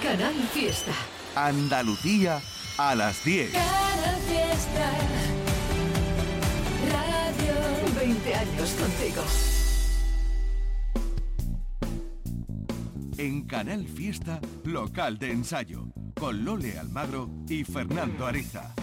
Canal Fiesta. Andalucía a las 10. Canal Fiesta. Radio. 20 años contigo. En Canal Fiesta, local de ensayo, con Lole Almagro y Fernando Ariza.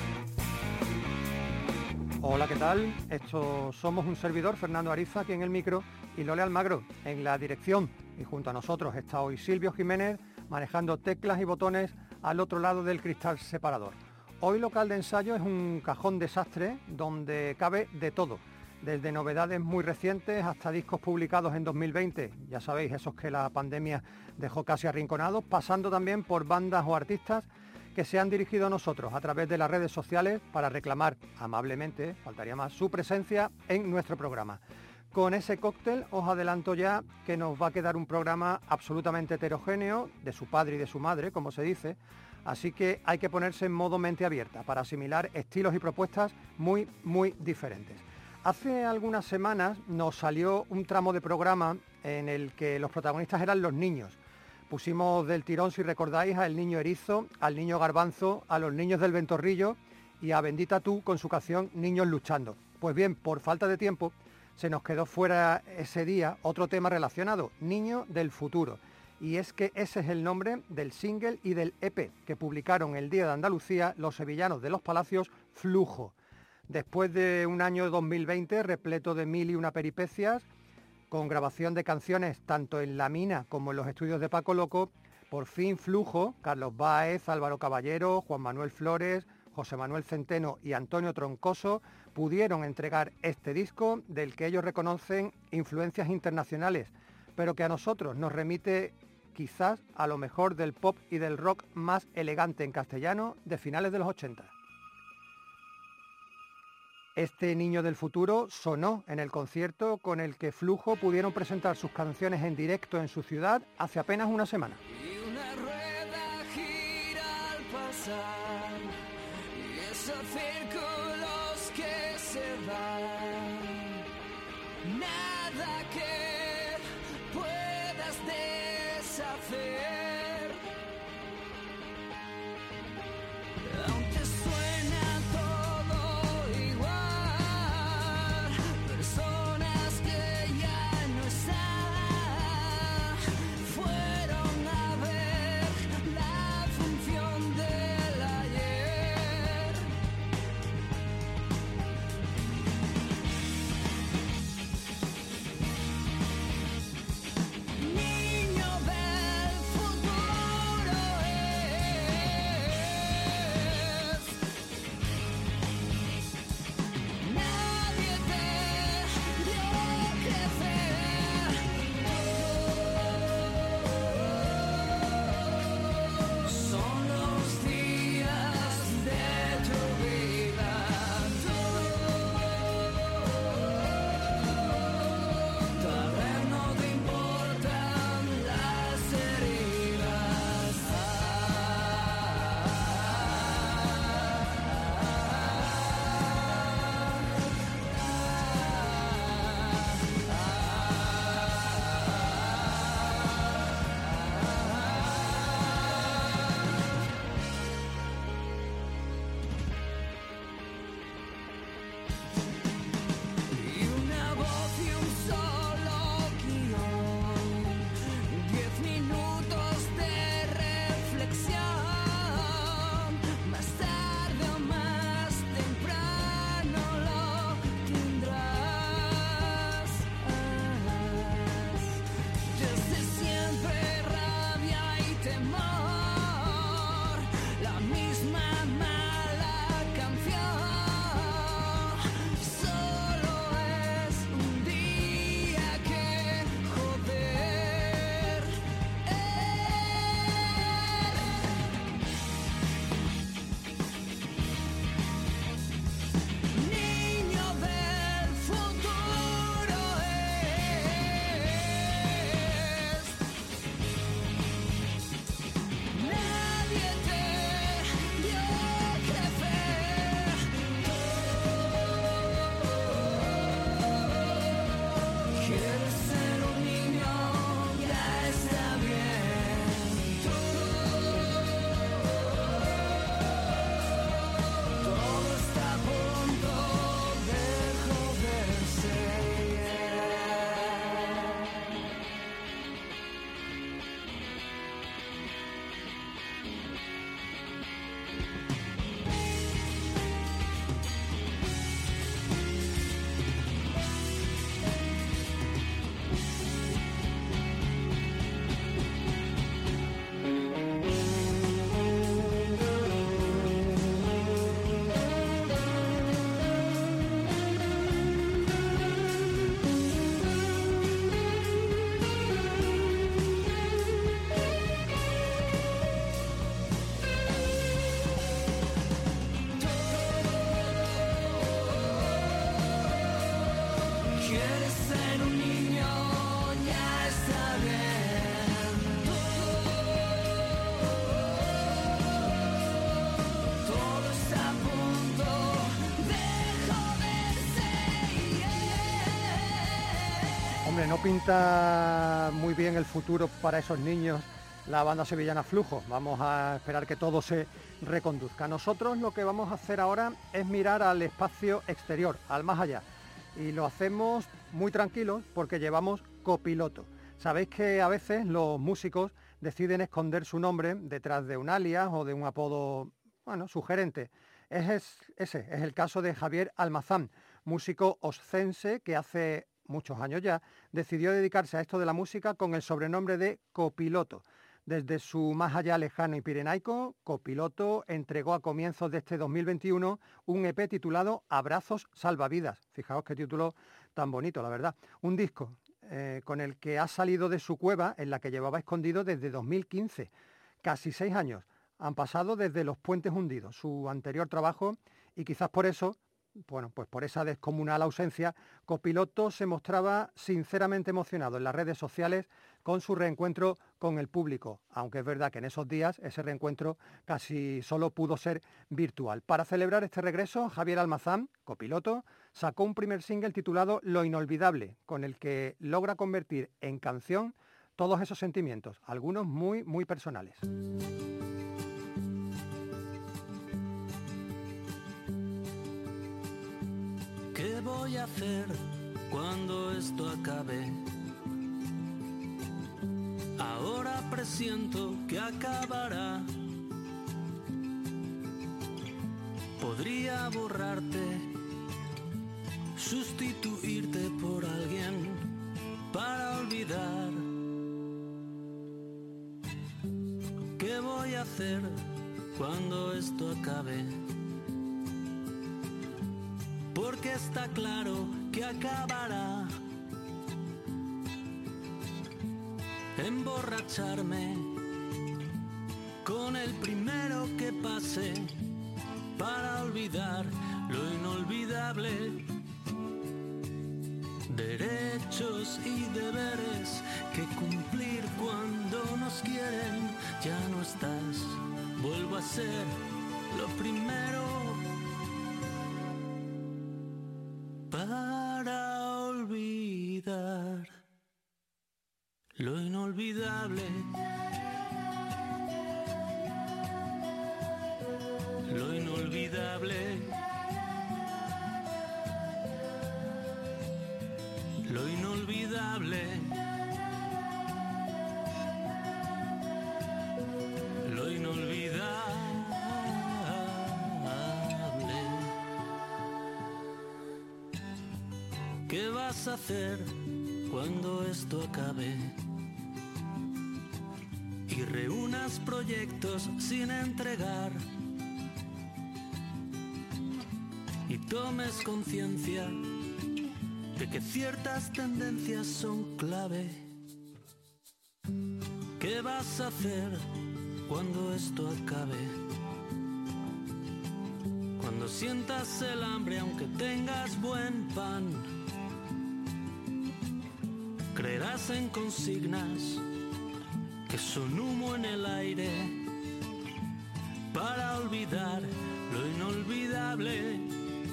Hola, ¿qué tal? Somos un servidor, Fernando Ariza, aquí en el micro, y Lole Almagro en la dirección. Y junto a nosotros está hoy Silvio Jiménez, manejando teclas y botones al otro lado del cristal separador. Hoy local de ensayo es un cajón desastre donde cabe de todo, desde novedades muy recientes hasta discos publicados en 2020, ya sabéis, esos que la pandemia dejó casi arrinconados, pasando también por bandas o artistas que se han dirigido a nosotros a través de las redes sociales para reclamar amablemente, faltaría más, su presencia en nuestro programa. Con ese cóctel os adelanto ya que nos va a quedar un programa absolutamente heterogéneo, de su padre y de su madre, como se dice, así que hay que ponerse en modo mente abierta para asimilar estilos y propuestas muy, muy diferentes. Hace algunas semanas nos salió un tramo de programa en el que los protagonistas eran los niños. Pusimos del tirón, si recordáis, al niño Erizo, al niño Garbanzo, a los niños del Ventorrillo y a Bendita Tú con su canción Niños Luchando. Pues bien, por falta de tiempo, se nos quedó fuera ese día otro tema relacionado, Niño del Futuro. Y es que ese es el nombre del single y del EP que publicaron el Día de Andalucía los sevillanos de Los Palacios, Flujo. Después de un año 2020 repleto de mil y una peripecias, con grabación de canciones tanto en La Mina como en los estudios de Paco Loco, por fin Flujo, Carlos Báez, Álvaro Caballero, Juan Manuel Flores, José Manuel Centeno y Antonio Troncoso pudieron entregar este disco del que ellos reconocen influencias internacionales, pero que a nosotros nos remite quizás a lo mejor del pop y del rock más elegante en castellano de finales de los 80. Este Niño del Futuro sonó en el concierto con el que Flujo pudieron presentar sus canciones en directo en su ciudad hace apenas una semana. Y una rueda gira al pasar, y esos círculos que se van, nada que puedas deshacer. Niño del futuro. no pinta muy bien el futuro para esos niños la banda sevillana Flujo. Vamos a esperar que todo se reconduzca. Nosotros lo que vamos a hacer ahora es mirar al espacio exterior, al más allá. Y lo hacemos muy tranquilos porque llevamos copiloto. Sabéis que a veces los músicos deciden esconder su nombre detrás de un alias o de un apodo, bueno, sugerente. Ese es el caso de Javier Almazán, músico oscense que hace muchos años ya decidió dedicarse a esto de la música con el sobrenombre de Copiloto. Desde su más allá lejano y pirenaico, Copiloto entregó a comienzos de este 2021 un EP titulado Abrazos Salvavidas. Fijaos qué título tan bonito, la verdad. Un disco con el que ha salido de su cueva en la que llevaba escondido desde 2015. Casi 6 años han pasado desde Los Puentes Hundidos, su anterior trabajo, y quizás por eso, bueno, pues por esa descomunal ausencia, Copiloto se mostraba sinceramente emocionado en las redes sociales con su reencuentro con el público, aunque es verdad que en esos días ese reencuentro casi solo pudo ser virtual. Para celebrar este regreso, Javier Almazán, Copiloto, sacó un primer single titulado Lo Inolvidable, con el que logra convertir en canción todos esos sentimientos, algunos muy, muy personales. ¿Qué voy a hacer cuando esto acabe? Ahora presiento que acabará. Podría borrarte, sustituirte por alguien para olvidar. ¿Qué voy a hacer cuando esto acabe? Porque está claro que acabará. Emborracharme con el primero que pase para olvidar lo inolvidable. Derechos y deberes que cumplir cuando nos quieren. Ya no estás, vuelvo a ser lo primero para olvidar lo inolvidable. Lo inolvidable. Lo inolvidable. Lo inolvidable. ¿Qué vas a hacer cuando esto acabe? Y reúnas proyectos sin entregar. Y tomes conciencia de que ciertas tendencias son clave. ¿Qué vas a hacer cuando esto acabe? Cuando sientas el hambre aunque tengas buen pan. Creerás en consignas que son humo en el aire para olvidar lo inolvidable.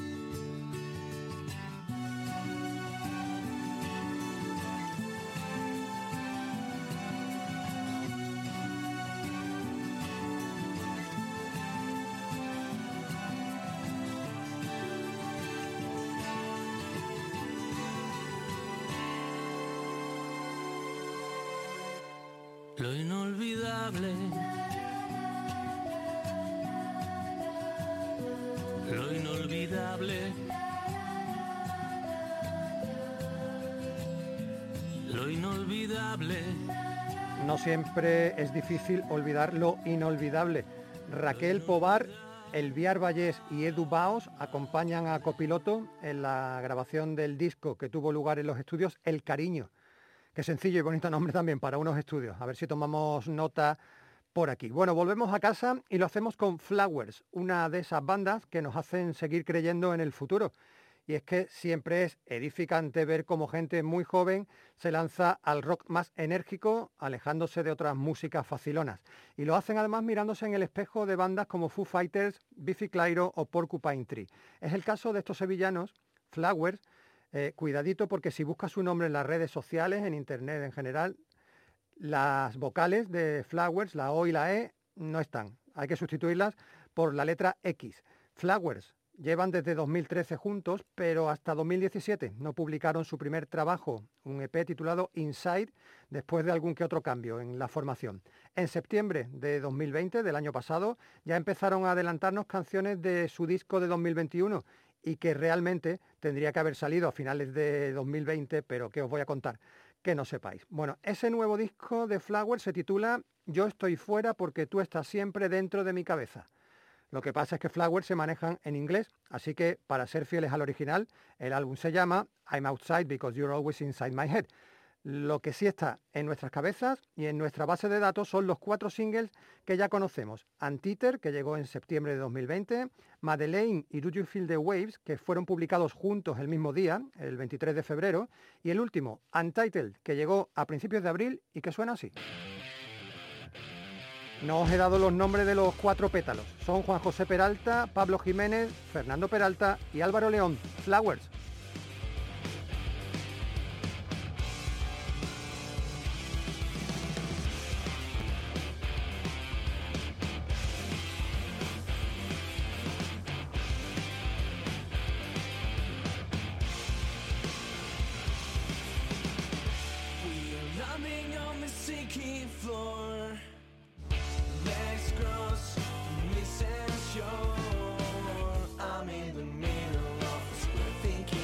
Lo inolvidable. Lo inolvidable. Lo inolvidable. No siempre es difícil olvidar lo inolvidable. Raquel Pobar, Elviar Vallés y Edu Baos acompañan a Copiloto en la grabación del disco que tuvo lugar en los estudios El Cariño. Qué sencillo y bonito nombre también para unos estudios. A ver si tomamos nota por aquí. Bueno, volvemos a casa y lo hacemos con Flowers, una de esas bandas que nos hacen seguir creyendo en el futuro. Y es que siempre es edificante ver cómo gente muy joven se lanza al rock más enérgico, alejándose de otras músicas facilonas. Y lo hacen además mirándose en el espejo de bandas como Foo Fighters, Biffy Clyro o Porcupine Tree. Es el caso de estos sevillanos, Flowers, Cuidadito, porque si buscas su nombre en las redes sociales, en internet en general, las vocales de Flowers, la O y la E, no están. Hay que sustituirlas por la letra X. Flowers llevan desde 2013 juntos, pero hasta 2017 no publicaron su primer trabajo, un EP titulado Inside, después de algún que otro cambio en la formación. En septiembre de 2020, del año pasado, ya empezaron a adelantarnos canciones de su disco de 2021 y que realmente tendría que haber salido a finales de 2020, pero ¿qué os voy a contar? Que no sepáis. Bueno, ese nuevo disco de Flowers se titula Yo estoy fuera porque tú estás siempre dentro de mi cabeza. Lo que pasa es que Flowers se manejan en inglés, así que para ser fieles al original, el álbum se llama I'm Outside Because You're Always Inside My Head. Lo que sí está en nuestras cabezas y en nuestra base de datos son los 4 singles que ya conocemos. Anteater, que llegó en septiembre de 2020, Madeleine y Do You Feel the Waves, que fueron publicados juntos el mismo día, el 23 de febrero, y el último, Untitled, que llegó a principios de abril y que suena así. No os he dado los nombres de los 4 pétalos. Son Juan José Peralta, Pablo Jiménez, Fernando Peralta y Álvaro León. Flowers. I'm in the middle of a square thinking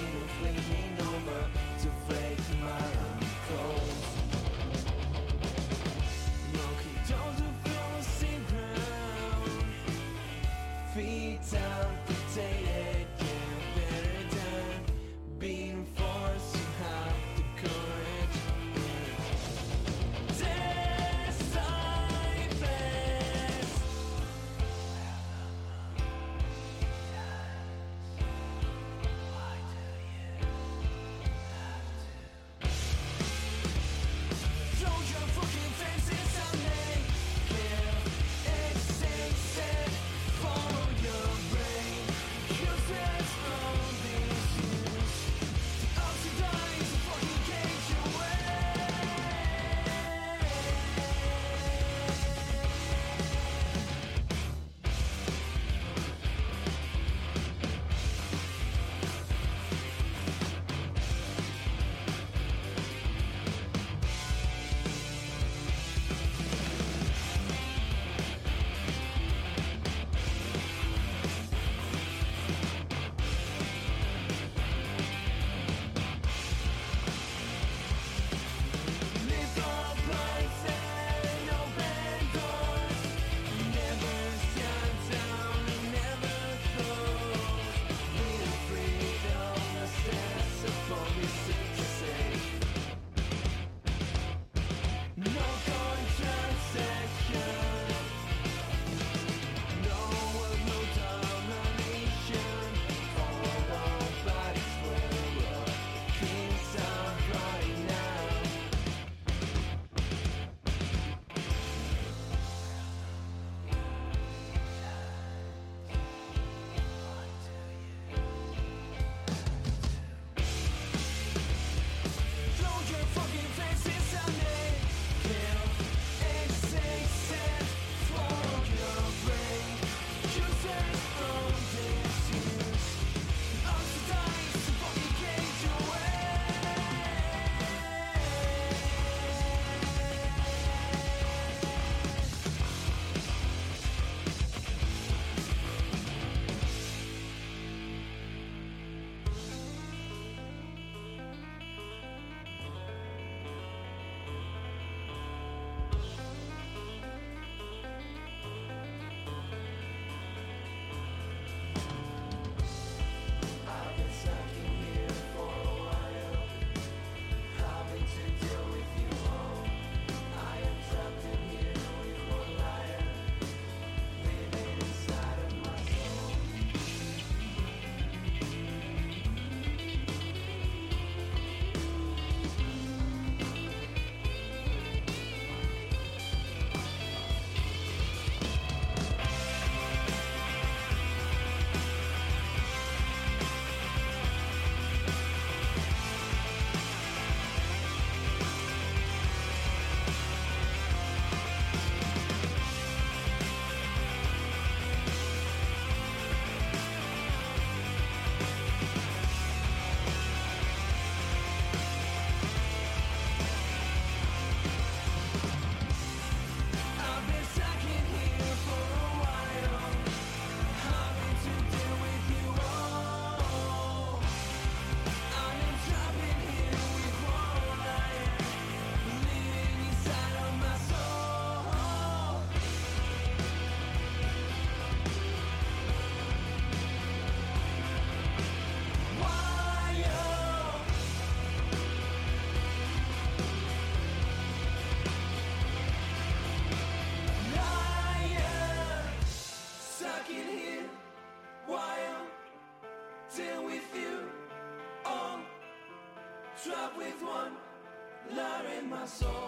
wonder in my soul.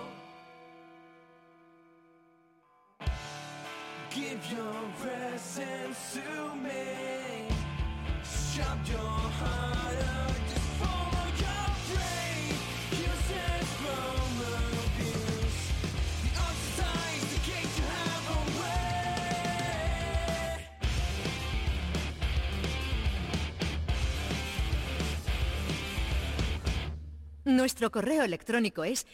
Give your presence to me. Shut your heart up, just follow your brain. Use it from abuse. The oxide is the gate to have away. Nuestro correo electrónico es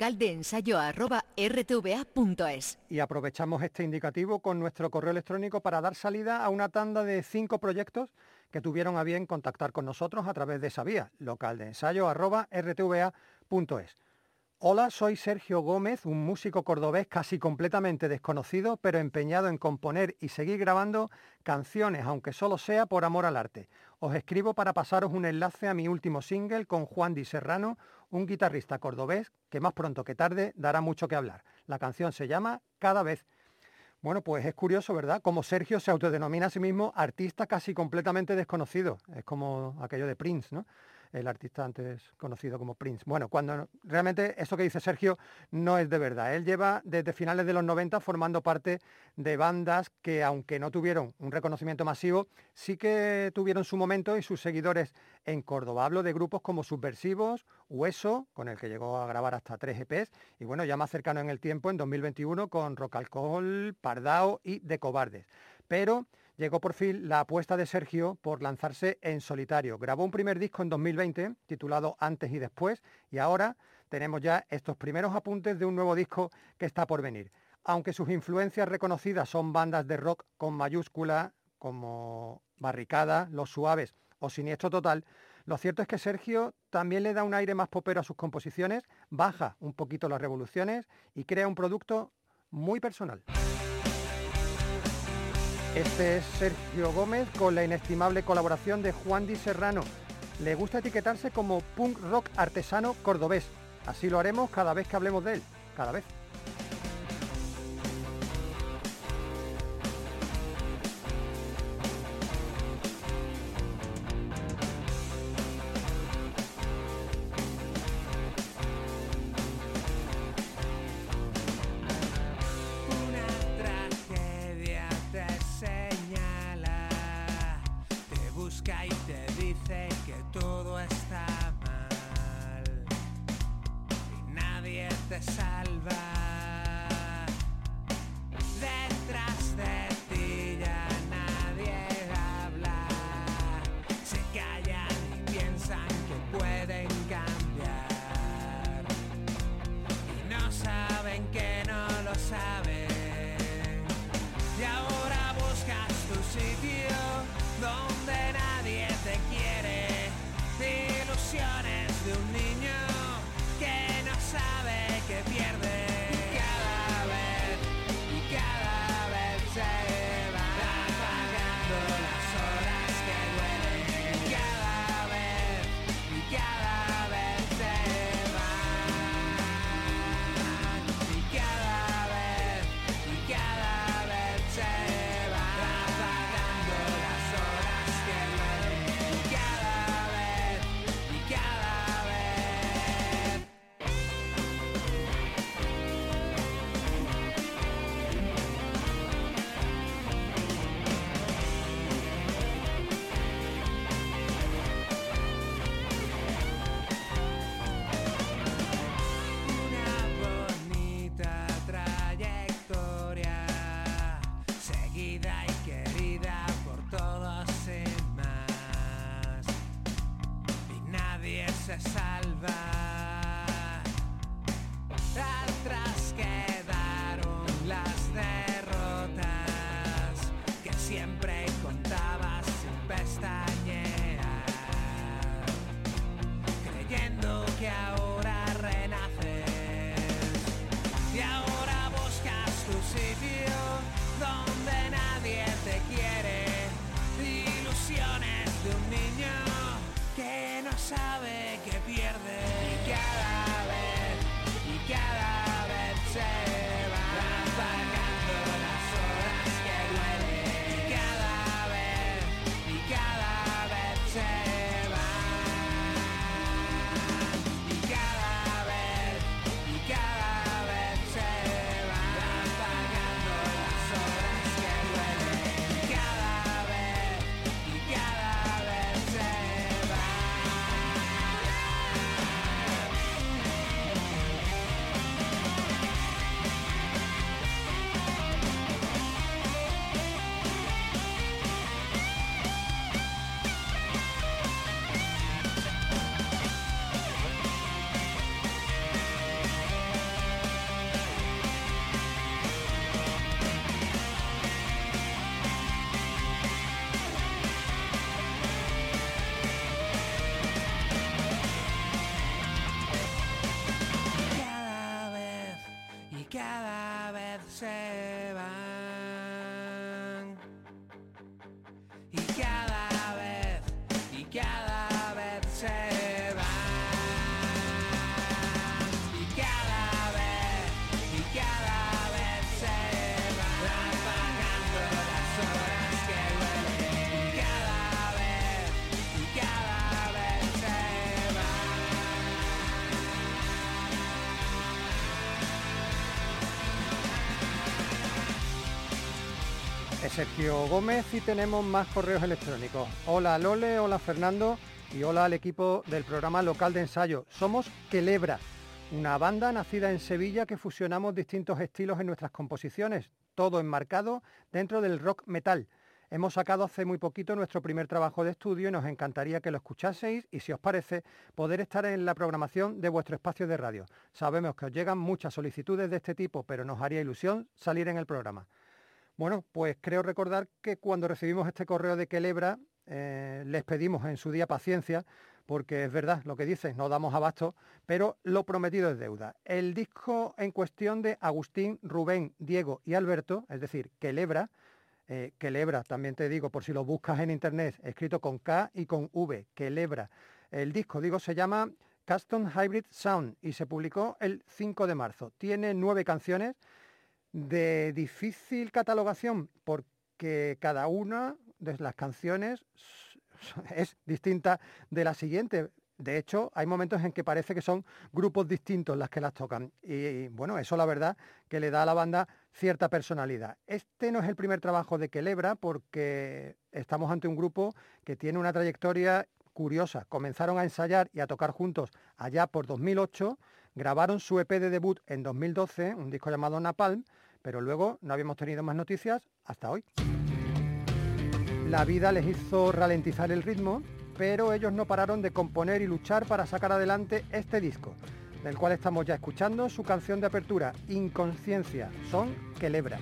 localdeensayo@rtva.es. Y aprovechamos este indicativo con nuestro correo electrónico para dar salida a una tanda de 5 proyectos que tuvieron a bien contactar con nosotros a través de esa vía, localdeensayo@rtva.es. Hola, soy Sergio Gómez, un músico cordobés casi completamente desconocido, pero empeñado en componer y seguir grabando canciones, aunque solo sea por amor al arte. Os escribo para pasaros un enlace a mi último single con Juan Di Serrano, un guitarrista cordobés que más pronto que tarde dará mucho que hablar. La canción se llama Cada vez. Bueno, pues es curioso, ¿verdad? Como Sergio se autodenomina a sí mismo artista casi completamente desconocido. Es como aquello de Prince, ¿no? El artista antes conocido como Prince. Bueno, cuando realmente eso que dice Sergio no es de verdad. Él lleva desde finales de los 90 formando parte de bandas que, aunque no tuvieron un reconocimiento masivo, sí que tuvieron su momento y sus seguidores en Córdoba. Hablo de grupos como Subversivos, Hueso, con el que llegó a grabar hasta 3 EPs, y bueno, ya más cercano en el tiempo, en 2021, con Rock Alcohol, Pardao y De Cobardes. Pero llegó por fin la apuesta de Sergio por lanzarse en solitario. Grabó un primer disco en 2020 titulado Antes y Después y ahora tenemos ya estos primeros apuntes de un nuevo disco que está por venir. Aunque sus influencias reconocidas son bandas de rock con mayúscula como Barricada, Los Suaves o Siniestro Total, lo cierto es que Sergio también le da un aire más popero a sus composiciones, baja un poquito las revoluciones y crea un producto muy personal. Este es Sergio Gómez con la inestimable colaboración de Juan Di Serrano. Le gusta etiquetarse como punk rock artesano cordobés. Así lo haremos cada vez que hablemos de él. Cada vez. Y te dice que todo está mal y nadie te salva. Detrás de ti ya nadie habla, se callan y piensan que pueden cambiar y no saben que no lo saben. Y ahora buscas tu sitio donde nadie te quiere, ilusiones de un niño que no sabe que pierde. Y cada vez se van apagando las horas que duelen. Y cada vez se van. Y cada vez se van apagando las cada vez se van. Y cada vez se van. Y cada vez se van pagando las horas que duelen. Y cada vez se van. Es Sergio Gómez y tenemos más correos electrónicos. Hola Lole, hola Fernando y hola al equipo del programa local de ensayo. Somos Quelebra, una banda nacida en Sevilla que fusionamos distintos estilos en nuestras composiciones, todo enmarcado dentro del rock metal. Hemos sacado hace muy poquito nuestro primer trabajo de estudio y nos encantaría que lo escuchaseis y, si os parece, poder estar en la programación de vuestro espacio de radio. Sabemos que os llegan muchas solicitudes de este tipo, pero nos haría ilusión salir en el programa. Bueno, pues creo recordar que cuando recibimos este correo de Quelebra les pedimos en su día paciencia, porque es verdad lo que dices, no damos abasto, pero lo prometido es deuda. El disco en cuestión de Agustín, Rubén, Diego y Alberto, es decir, Quelebra, Quelebra, también te digo, por si lo buscas en internet, escrito con K y con V, Quelebra. El disco, digo, se llama Custom Hybrid Sound y se publicó el 5 de marzo. Tiene 9 canciones de difícil catalogación porque cada una de las canciones es distinta de la siguiente. De hecho, hay momentos en que parece que son grupos distintos las que las tocan. Y bueno, eso la verdad que le da a la banda cierta personalidad. Este no es el primer trabajo de Quelebra porque estamos ante un grupo que tiene una trayectoria curiosa. Comenzaron a ensayar y a tocar juntos allá por 2008, grabaron su EP de debut en 2012, un disco llamado Napalm, pero luego no habíamos tenido más noticias hasta hoy. La vida les hizo ralentizar el ritmo, pero ellos no pararon de componer y luchar para sacar adelante este disco, del cual estamos ya escuchando su canción de apertura, Inconsciencia. Son Quelebra.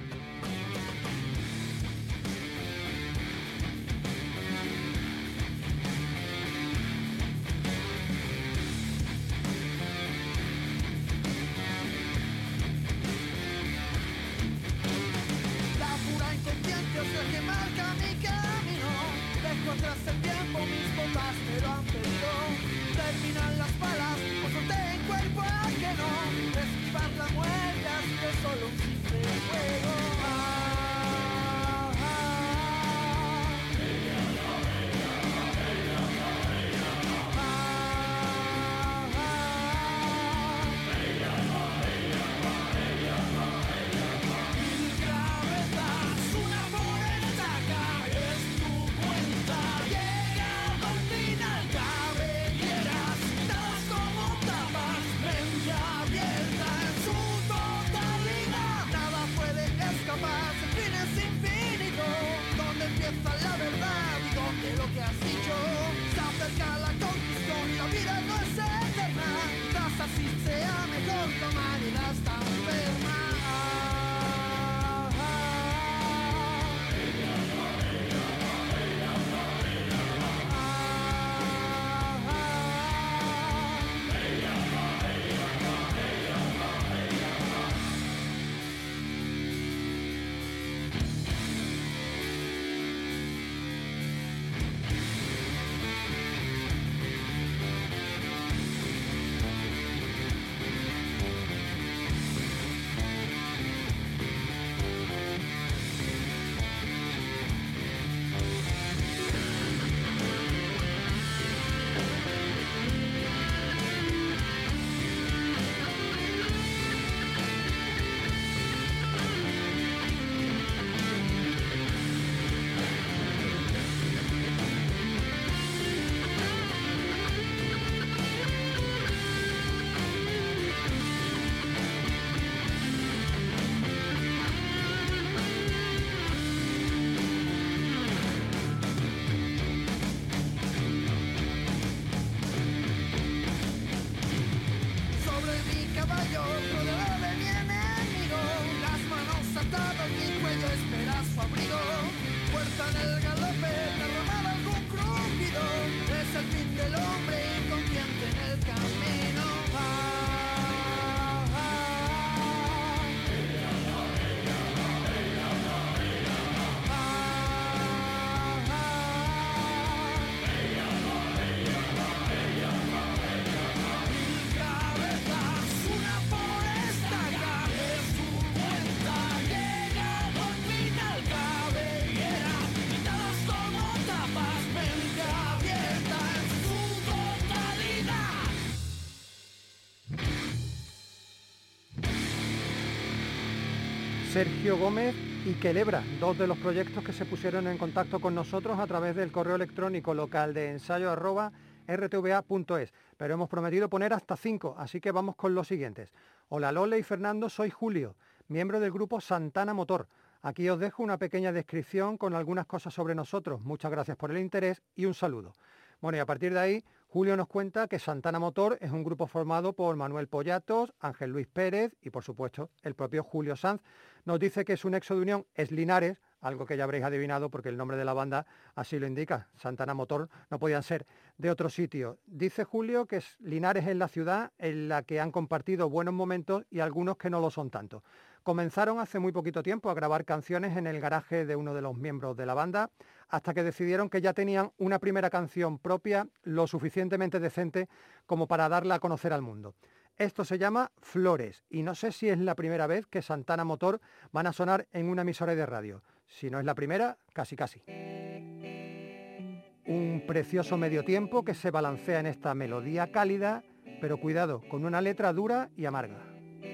La pura inconsciencia es la que marca mi camino. Dejo atrás el tiempo, mis botas me lo han pedido. Terminan las balas, por suerte en cuerpo ajeno. Esquivar la muerte ha sido solo un simple juego. Abierta en su totalidad. Sergio Gómez y Quelebra, dos de los proyectos que se pusieron en contacto con nosotros a través del correo electrónico localdeensayo@rtva.es. Pero hemos prometido poner hasta 5, así que vamos con los siguientes. Hola Lole y Fernando, soy Julio, miembro del grupo Santana Motor. Aquí os dejo una pequeña descripción con algunas cosas sobre nosotros. Muchas gracias por el interés y un saludo. Bueno, y a partir de ahí, Julio nos cuenta que Santana Motor es un grupo formado por Manuel Pollatos, Ángel Luis Pérez y, por supuesto, el propio Julio Sanz. Nos dice que su nexo de unión es Linares, algo que ya habréis adivinado porque el nombre de la banda así lo indica. Santana Motor no podían ser de otro sitio. Dice Julio que Linares es la ciudad en la que han compartido buenos momentos y algunos que no lo son tanto. Comenzaron hace muy poquito tiempo a grabar canciones en el garaje de uno de los miembros de la banda, hasta que decidieron que ya tenían una primera canción propia lo suficientemente decente como para darla a conocer al mundo. Esto se llama Flores y no sé si es la primera vez que Santana Motor van a sonar en una emisora de radio. Si no es la primera, casi casi. Un precioso medio tiempo que se balancea en esta melodía cálida, pero cuidado, con una letra dura y amarga.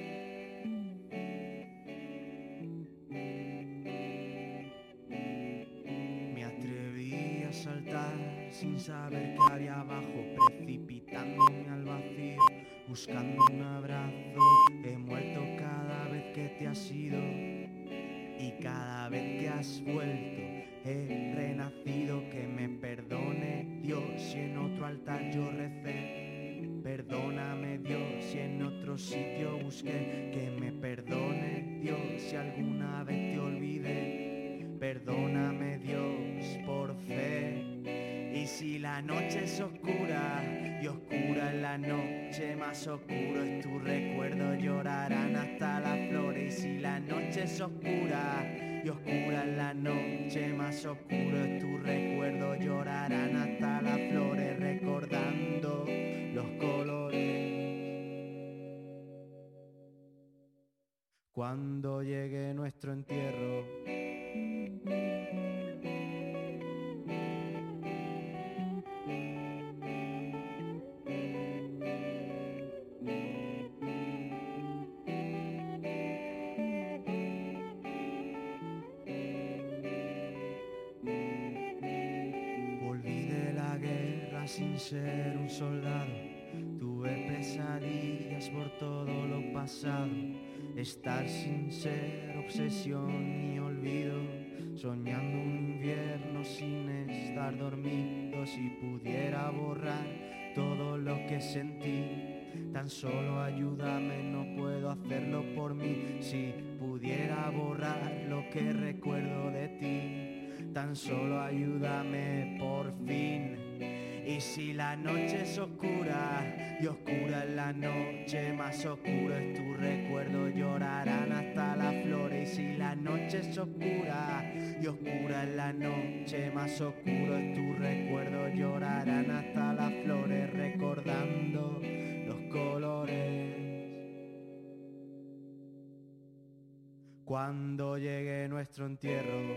Sin saber qué había abajo, precipitándome al vacío, buscando un abrazo. He muerto cada vez que te has ido y cada vez que has vuelto he renacido. Que me perdone Dios si en otro altar yo recé, perdóname Dios si en otro sitio busqué. Que me perdone Dios si alguna vez te olvidé, perdóname Dios por fe. Y si la noche es oscura y oscura es la noche, más oscuro es tu recuerdo, llorarán hasta las flores. Y si la noche es oscura y oscura es la noche, más oscuro es tu recuerdo, llorarán hasta las flores recordando los colores. Cuando llegue nuestro entierro, sin ser un soldado, tuve pesadillas por todo lo pasado. Estar sin ser obsesión ni olvido, soñando un invierno sin estar dormido. Si pudiera borrar todo lo que sentí, tan solo ayúdame, no puedo hacerlo por mí. Si pudiera borrar lo que recuerdo de ti, tan solo ayúdame por fin. Y si la noche es oscura y oscura es la noche, más oscuro es tu recuerdo, llorarán hasta las flores. Y si la noche es oscura y oscura es la noche, más oscuro es tu recuerdo, llorarán hasta las flores recordando los colores. Cuando llegue nuestro entierro,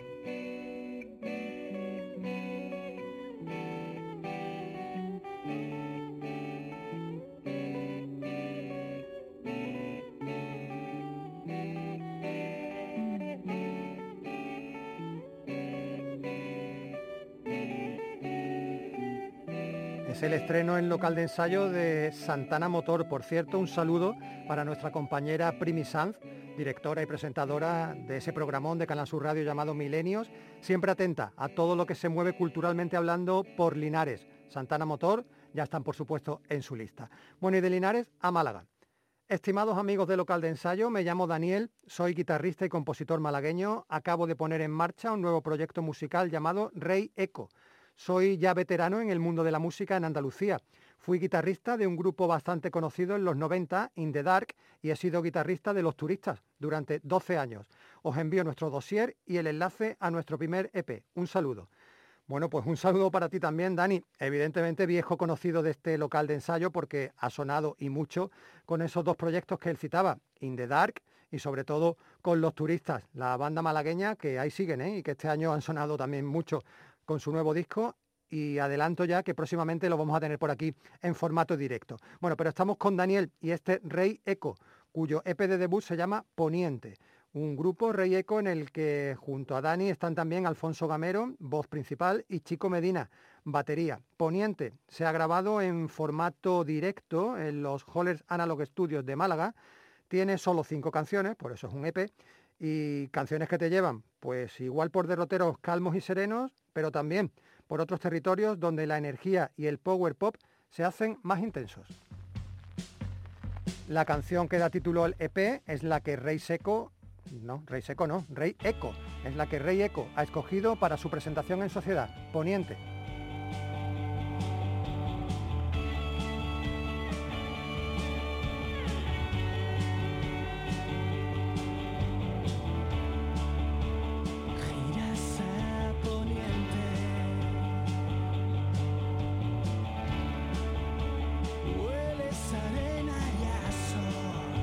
Es el estreno en local de ensayo de Santana Motor. Por cierto, un saludo para nuestra compañera Primi Sanz, directora y presentadora de ese programón de Canal Sur Radio llamado Milenios, siempre atenta a todo lo que se mueve culturalmente hablando por Linares. Santana Motor ya están, por supuesto, en su lista. Bueno, y de Linares a Málaga. Estimados amigos de local de ensayo, me llamo Daniel, soy guitarrista y compositor malagueño. Acabo de poner en marcha un nuevo proyecto musical llamado Rey Eco. Soy ya veterano en el mundo de la música en Andalucía. Fui guitarrista de un grupo bastante conocido en los 90, In the Dark, y he sido guitarrista de Los Turistas durante 12 años. Os envío nuestro dossier y el enlace a nuestro primer EP. Un saludo. Bueno, pues un saludo para ti también, Dani. Evidentemente viejo conocido de este local de ensayo porque ha sonado y mucho con esos dos proyectos que él citaba, In the Dark y sobre todo con Los Turistas, la banda malagueña que ahí siguen, y que este año han sonado también mucho con su nuevo disco, y adelanto ya que próximamente lo vamos a tener por aquí en formato directo. Bueno, pero estamos con Daniel y este Rey Eco, cuyo EP de debut se llama Poniente, un grupo Rey Eco en el que junto a Dani están también Alfonso Gamero, voz principal, y Chico Medina, batería. Poniente se ha grabado en formato directo en los Hollers Analog Studios de Málaga. Tiene solo 5 canciones, por eso es un EP, y canciones que te llevan, pues igual por derroteros calmos y serenos, pero también por otros territorios donde la energía y el power pop se hacen más intensos. La canción que da título al EP es la que Rey Eco, es la que Rey Eco ha escogido para su presentación en sociedad, Poniente. Giras a poniente, hueles arena y a sol,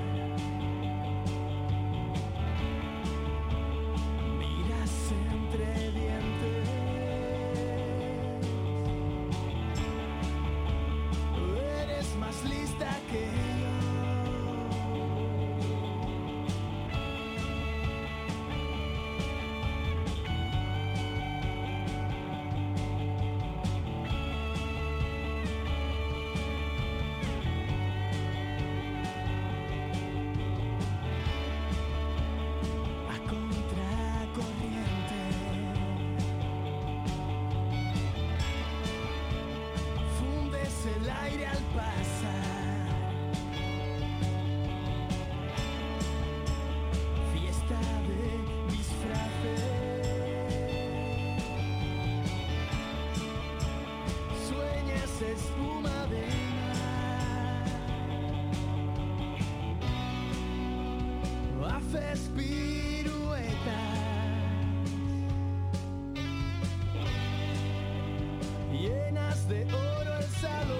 miras entre dientes, eres más lista que yo. A contracorriente, fundes el aire al pasar, fiesta de disfraces, sueñas espuma de mar, haces piruetas, llenas de oro el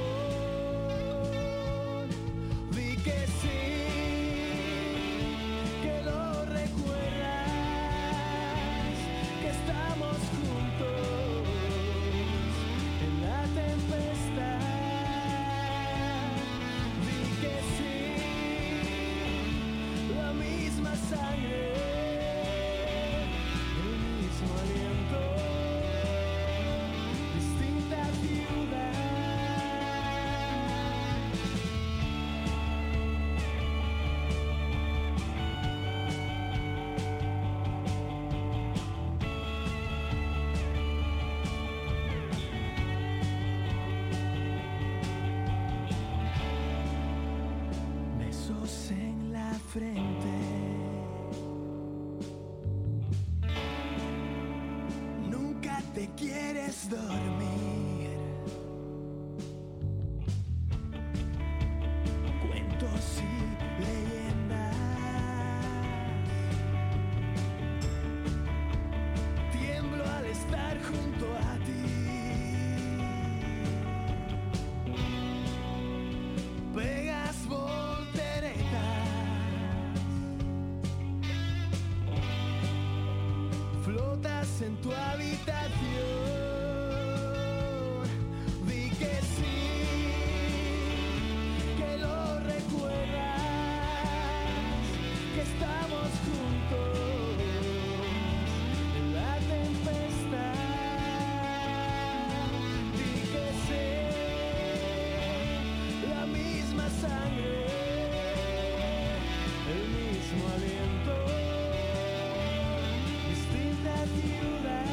salón. Di que sí, que lo recuerdas, que estamos juntos en la tempestad. Di que sí, la misma sangre, el mismo aliento, distinta ciudad. Besos en la frente, nunca te quieres dormir. Cuentos y leyendas, tiemblo al estar junto a ti. Pegas volteretas, flotas en tu habitación. Di que sí, que lo recuerdas, que estamos juntos en la tempestad. Di que sí, la misma sangre, el mismo aliento, distinta ciudad.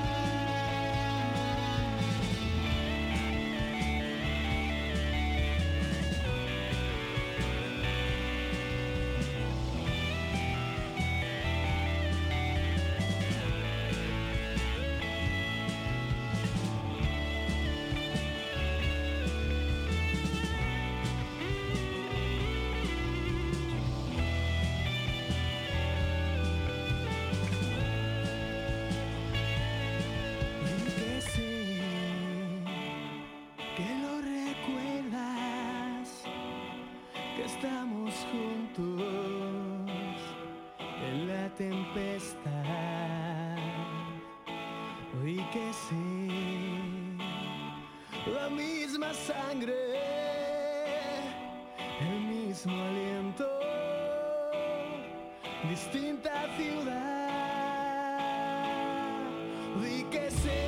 Di que sí, que lo recuerdas, que estamos juntos en la tempestad. Di que sí, la misma sangre, el mismo aliento, distinta ciudad. Di que sé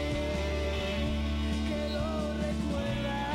que lo recuerdas,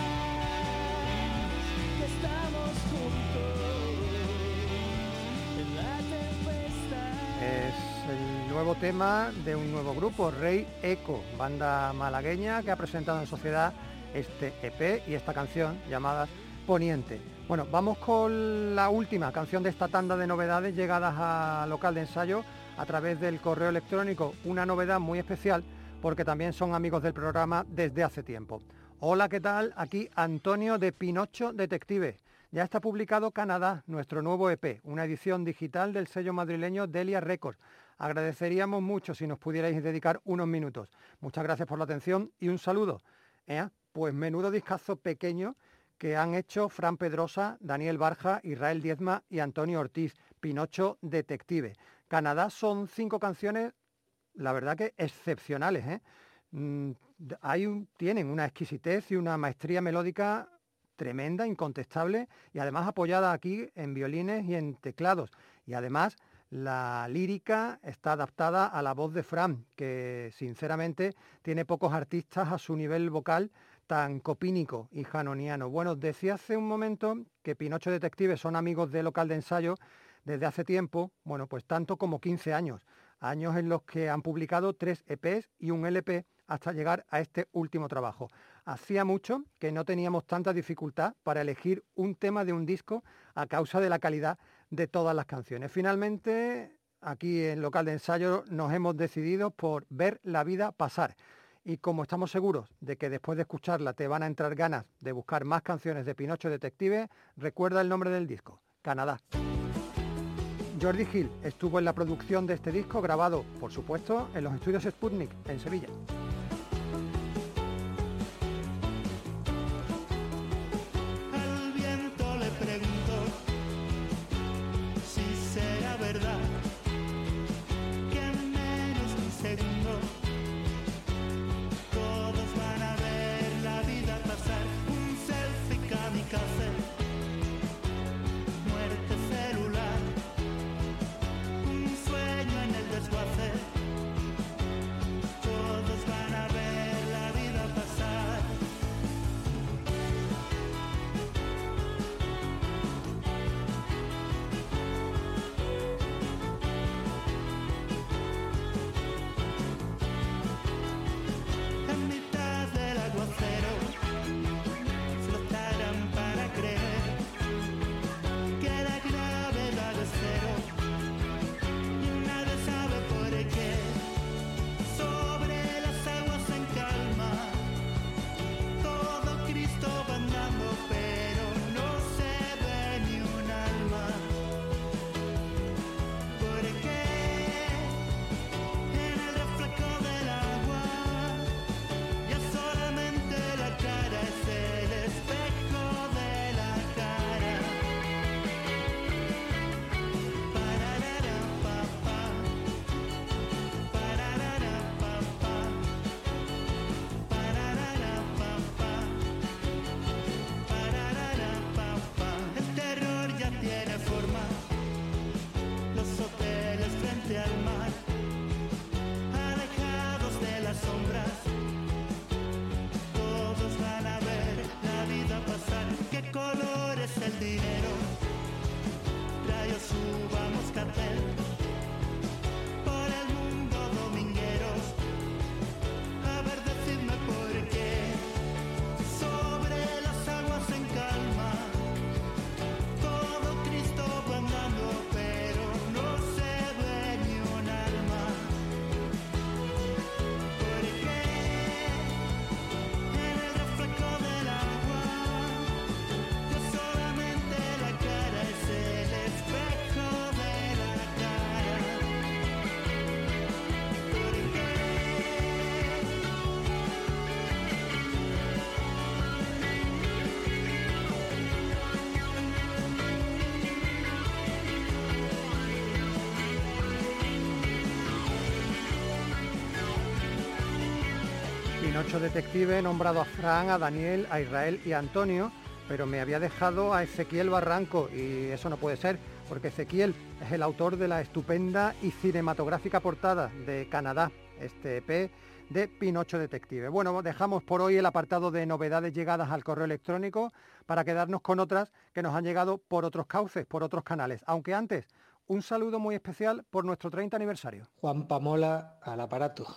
que estamos juntos en la tempestad. Es el nuevo tema de un nuevo grupo, Rey Eco, banda malagueña que ha presentado en sociedad este EP y esta canción llamada Poniente. Bueno, vamos con la última canción de esta tanda de novedades llegadas a local de ensayo a través del correo electrónico, una novedad muy especial porque también son amigos del programa desde hace tiempo. Hola, ¿qué tal? Aquí Antonio de Pinocho Detective. Ya está publicado Canadá, nuestro nuevo EP, una edición digital del sello madrileño Delia Records. Agradeceríamos mucho si nos pudierais dedicar unos minutos. Muchas gracias por la atención y un saludo. Pues menudo discazo pequeño que han hecho Fran Pedrosa, Daniel Barja, Israel Diezma y Antonio Ortiz, Pinocho Detective. Canadá son 5 canciones, la verdad que excepcionales, ¿eh? Tienen una exquisitez y una maestría melódica tremenda, incontestable, y además apoyada aquí en violines y en teclados. Y además la lírica está adaptada a la voz de Fran, que sinceramente tiene pocos artistas a su nivel vocal tan copínico y janoniano. Bueno, decía hace un momento que Pinocho Detective son amigos de local de ensayo desde hace tiempo, bueno, pues tanto como 15 años. Años en los que han publicado 3 EPs y un LP hasta llegar a este último trabajo. Hacía mucho que no teníamos tanta dificultad para elegir un tema de un disco a causa de la calidad de todas las canciones. Finalmente, aquí en local de ensayo nos hemos decidido por Ver la vida pasar. Y como estamos seguros de que después de escucharla te van a entrar ganas de buscar más canciones de Pinocho Detective, recuerda el nombre del disco, Canadá. Jordi Gil estuvo en la producción de este disco, grabado, por supuesto, en los estudios Sputnik, en Sevilla. Al viento le pregunto si será verdad que en menos de un segundo todos van a ver la vida pasar. Un selfie kamikaze, muerte celular, un sueño en el desguace. Todos van a ver la vida pasar. En mitad del aguacero flotarán para creer que la gravedad es cero y nadie sabe por qué. Sobre las aguas en calma todo Cristo va andando, pero no se ve ni un alma. Porque en el reflejo del agua ya solamente la cara es el espejo de la cara. Pararara papá, pararara papá, pararara papá, pararara papá. El terror ya tiene forma, los hoteles frente al mar, alejados de las sombras. Todos van a ver la vida pasar. ¿Qué color es el dinero? Rayos, suba, moscatel. Por el mundo domingueros. A ver, decidme por qué. Sobre las aguas en calma todo Cristo va andando, pero no se ve ni un alma. Porque en el reflejo del agua ya solamente la cara es el espejo de la cara. Porque Pinocho Detective he nombrado a Fran, a Daniel, a Israel y a Antonio, pero me había dejado a Ezequiel Barranco y eso no puede ser. porque Ezequiel es el autor de la estupenda y cinematográfica portada de Canadá, este EP de Pinocho Detective. Bueno, dejamos por hoy el apartado de novedades llegadas al correo electrónico para quedarnos con otras que nos han llegado por otros cauces, por otros canales. Aunque antes, un saludo muy especial por nuestro 30 aniversario. Juan Pamola al aparato.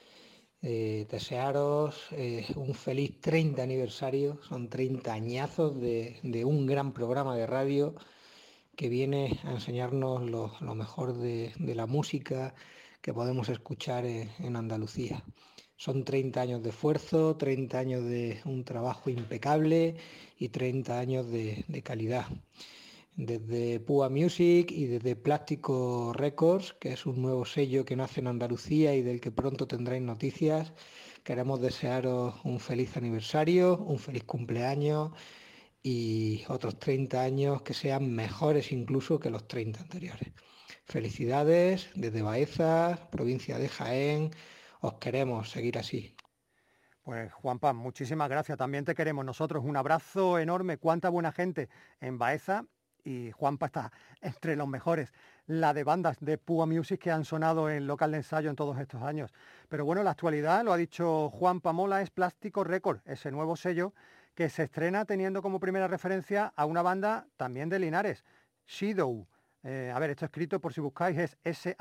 Desearos un feliz 30 aniversario. Son 30 añazos de un gran programa de radio que viene a enseñarnos lo mejor de la música que podemos escuchar en Andalucía. Son 30 años de esfuerzo, 30 años de un trabajo impecable y 30 años de calidad. Desde Púa Music y desde Plástico Records, que es un nuevo sello que nace en Andalucía y del que pronto tendréis noticias, queremos desearos un feliz aniversario, un feliz cumpleaños y otros 30 años que sean mejores incluso que los 30 anteriores. Felicidades desde Baeza, provincia de Jaén, os queremos seguir así. Pues Juanpa, muchísimas gracias, también te queremos nosotros, un abrazo enorme, cuánta buena gente en Baeza, y Juanpa está entre los mejores, la de bandas de Púa Music que han sonado en local de ensayo en todos estos años. Pero bueno, la actualidad, lo ha dicho Juan Pamola, es Plástico Record, ese nuevo sello que se estrena teniendo como primera referencia a una banda también de Linares, Shidow. A ver, esto escrito por si buscáis es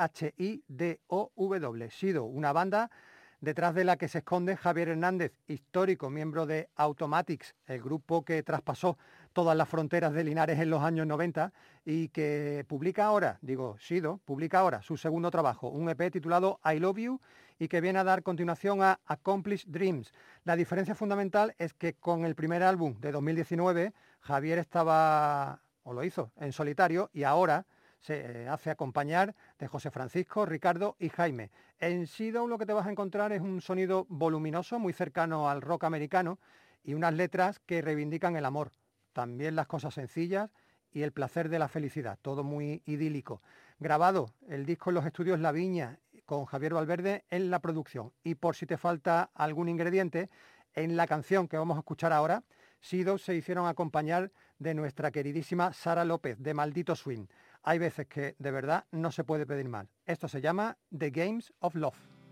S-H-I-D-O-W, Shidow, una banda detrás de la que se esconde Javier Hernández, histórico miembro de Automatics, el grupo que traspasó todas las fronteras de Linares en los años 90 y que publica ahora, Shidow, publica ahora su segundo trabajo, un EP titulado I Love You y que viene a dar continuación a Accomplished Dreams. La diferencia fundamental es que con el primer álbum de 2019 Javier lo hizo en solitario y ahora se hace acompañar de José Francisco, Ricardo y Jaime. En Shidow lo que te vas a encontrar es un sonido voluminoso, muy cercano al rock americano y unas letras que reivindican el amor, también las cosas sencillas y el placer de la felicidad, todo muy idílico. Grabado el disco en los estudios La Viña con Javier Valverde en la producción. Y por si te falta algún ingrediente, en la canción que vamos a escuchar ahora, Shidow se hicieron acompañar de nuestra queridísima Sara López, de Maldito Swing. Hay veces que de verdad no se puede pedir mal. Esto se llama The Games of Love.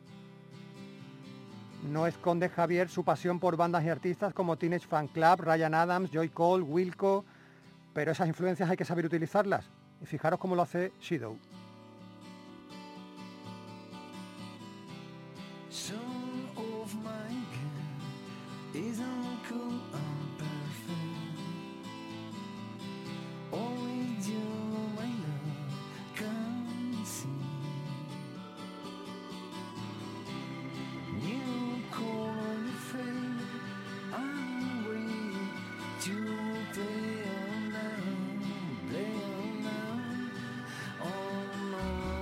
No esconde Javier su pasión por bandas y artistas como Teenage Fan Club, Ryan Adams, Joy Cole, Wilco, pero esas influencias hay que saber utilizarlas. Y fijaros cómo lo hace Shidow. Son of my gun is uncool and perfect. Always you, my love, can see. You call on your friend, I'm ready to play on now, play on now, oh no.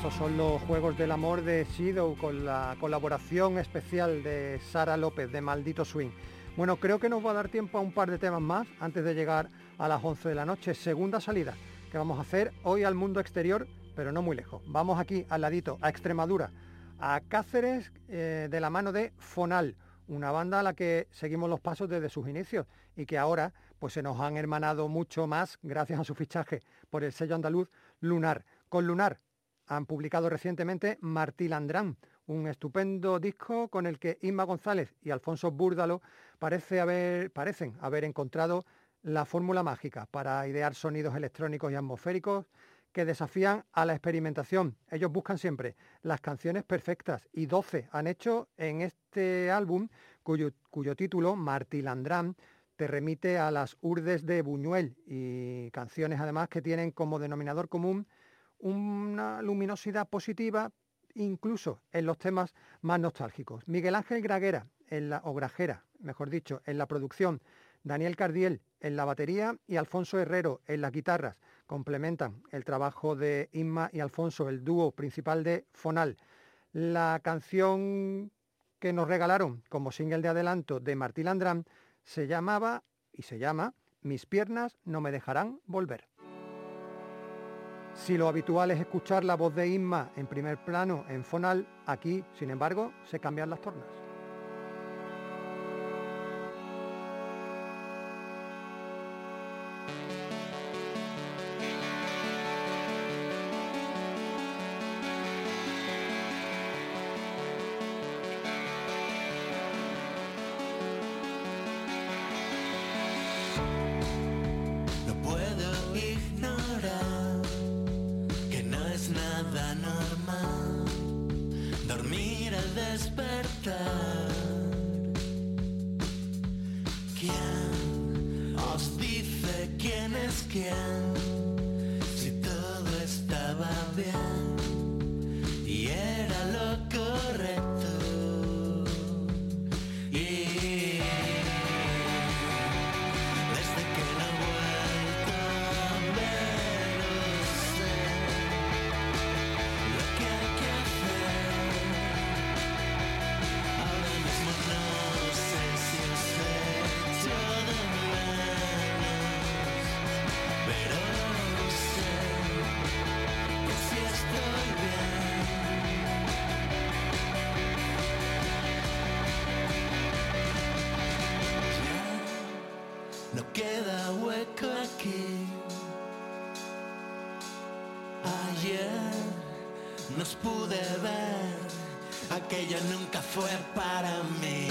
Estos son los Juegos del Amor de Sido con la colaboración especial de Sara López de Maldito Swing. Bueno, creo que nos va a dar tiempo a un par de temas más antes de llegar a las 11 de la noche. Segunda salida que vamos a hacer hoy al mundo exterior, pero no muy lejos. Vamos aquí al ladito, a Extremadura, a Cáceres, de la mano de Fonal, una banda a la que seguimos los pasos desde sus inicios y que ahora pues se nos han hermanado mucho más gracias a su fichaje por el sello andaluz Lunar. Con Lunar han publicado recientemente Martí Landrán, un estupendo disco con el que Inma González y Alfonso Búrdalo parecen haber encontrado la fórmula mágica para idear sonidos electrónicos y atmosféricos que desafían a la experimentación. Ellos buscan siempre las canciones perfectas y 12 han hecho en este álbum cuyo título, Martí Landrán, te remite a las urdes de Buñuel y canciones además que tienen como denominador común una luminosidad positiva incluso en los temas más nostálgicos. Miguel Ángel Grajera, en la producción, Daniel Cardiel en la batería y Alfonso Herrero en las guitarras complementan el trabajo de Inma y Alfonso, el dúo principal de Fonal. La canción que nos regalaron como single de adelanto de Martí Landrán se llamaba y se llama Mis piernas no me dejarán volver. Si lo habitual es escuchar la voz de Inma en primer plano en Fonal, aquí, sin embargo, se cambian las tornas. No puedo ignorar que no es nada normal dormir al despertar. ¿Quién os dice quién es quién? Si todo estaba bien y era lo correcto. Y desde que no he vuelto a veros, sé lo que hay que hacer. Ahora mismo no sé si os echo de menos, pero sé que si estoy bien. Ya no queda hueco aquí. Ayer nos pude ver, aquello nunca fue para mí.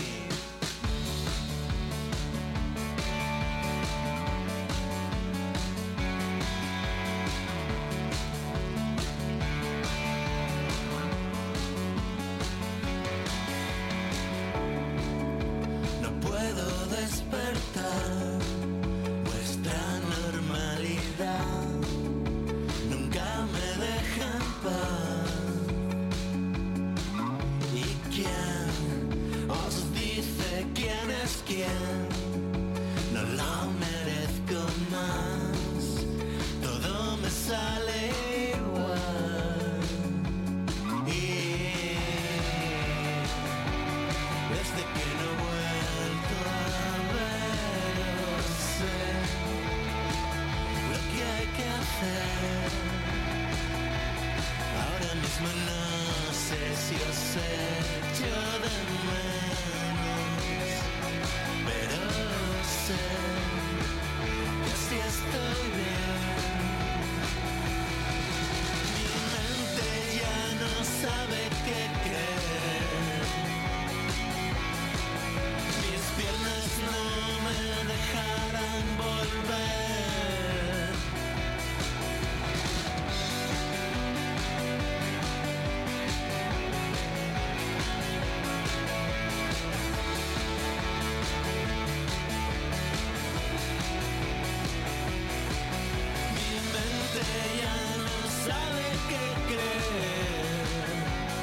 No puedo despertar vuestra normalidad, nunca me deja en paz. ¿Y quién os dice quién es quién? No lo merezco más, todo me sale igual. Y desde que no he vuelto a veros, sé lo que hay que hacer. Ahora mismo no sé si os echo de menos, pero sé que si estoy bien. Mi mente ya no sabe qué creer. Mis piernas no me dejarán volver. Mi mente ya no sabe qué creer.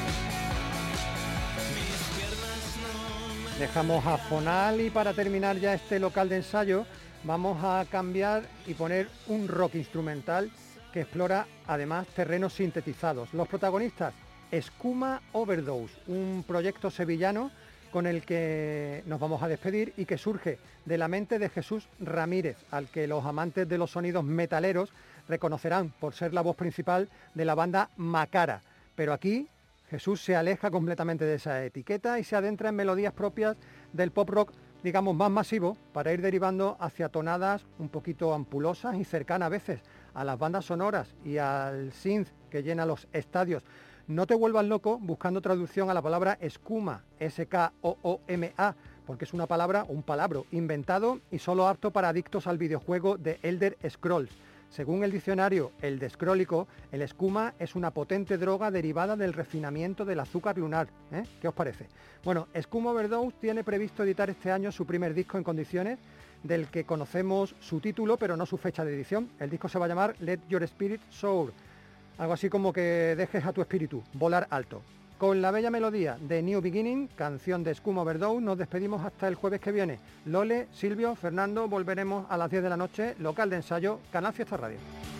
Mis piernas no me Dejamos a Fonal y para terminar ya este local de ensayo vamos a cambiar y poner un rock instrumental que explora además terrenos sintetizados. Los protagonistas, Skooma Overdose, un proyecto sevillano con el que nos vamos a despedir y que surge de la mente de Jesús Ramírez, al que los amantes de los sonidos metaleros reconocerán por ser la voz principal de la banda Macara. Pero aquí Jesús se aleja completamente de esa etiqueta y se adentra en melodías propias del pop rock, digamos, más masivo, para ir derivando hacia tonadas un poquito ampulosas y cercanas a veces a las bandas sonoras y al synth que llena los estadios. No te vuelvas loco buscando traducción a la palabra skooma, S-K-O-O-M-A, porque es una palabra, un palabro inventado y solo apto para adictos al videojuego de Elder Scrolls. Según el diccionario El Descrólico, el skooma es una potente droga derivada del refinamiento del azúcar lunar. ¿Qué os parece? Bueno, Skooma Overdose tiene previsto editar este año su primer disco en condiciones, del que conocemos su título pero no su fecha de edición. El disco se va a llamar Let Your Spirit Soar, algo así como que dejes a tu espíritu volar alto. Con la bella melodía de New Beginning, canción de Skooma Overdose, nos despedimos hasta el jueves que viene. Lole, Silvio, Fernando, volveremos a las 10 de la noche, local de ensayo, Canal Fiesta Radio.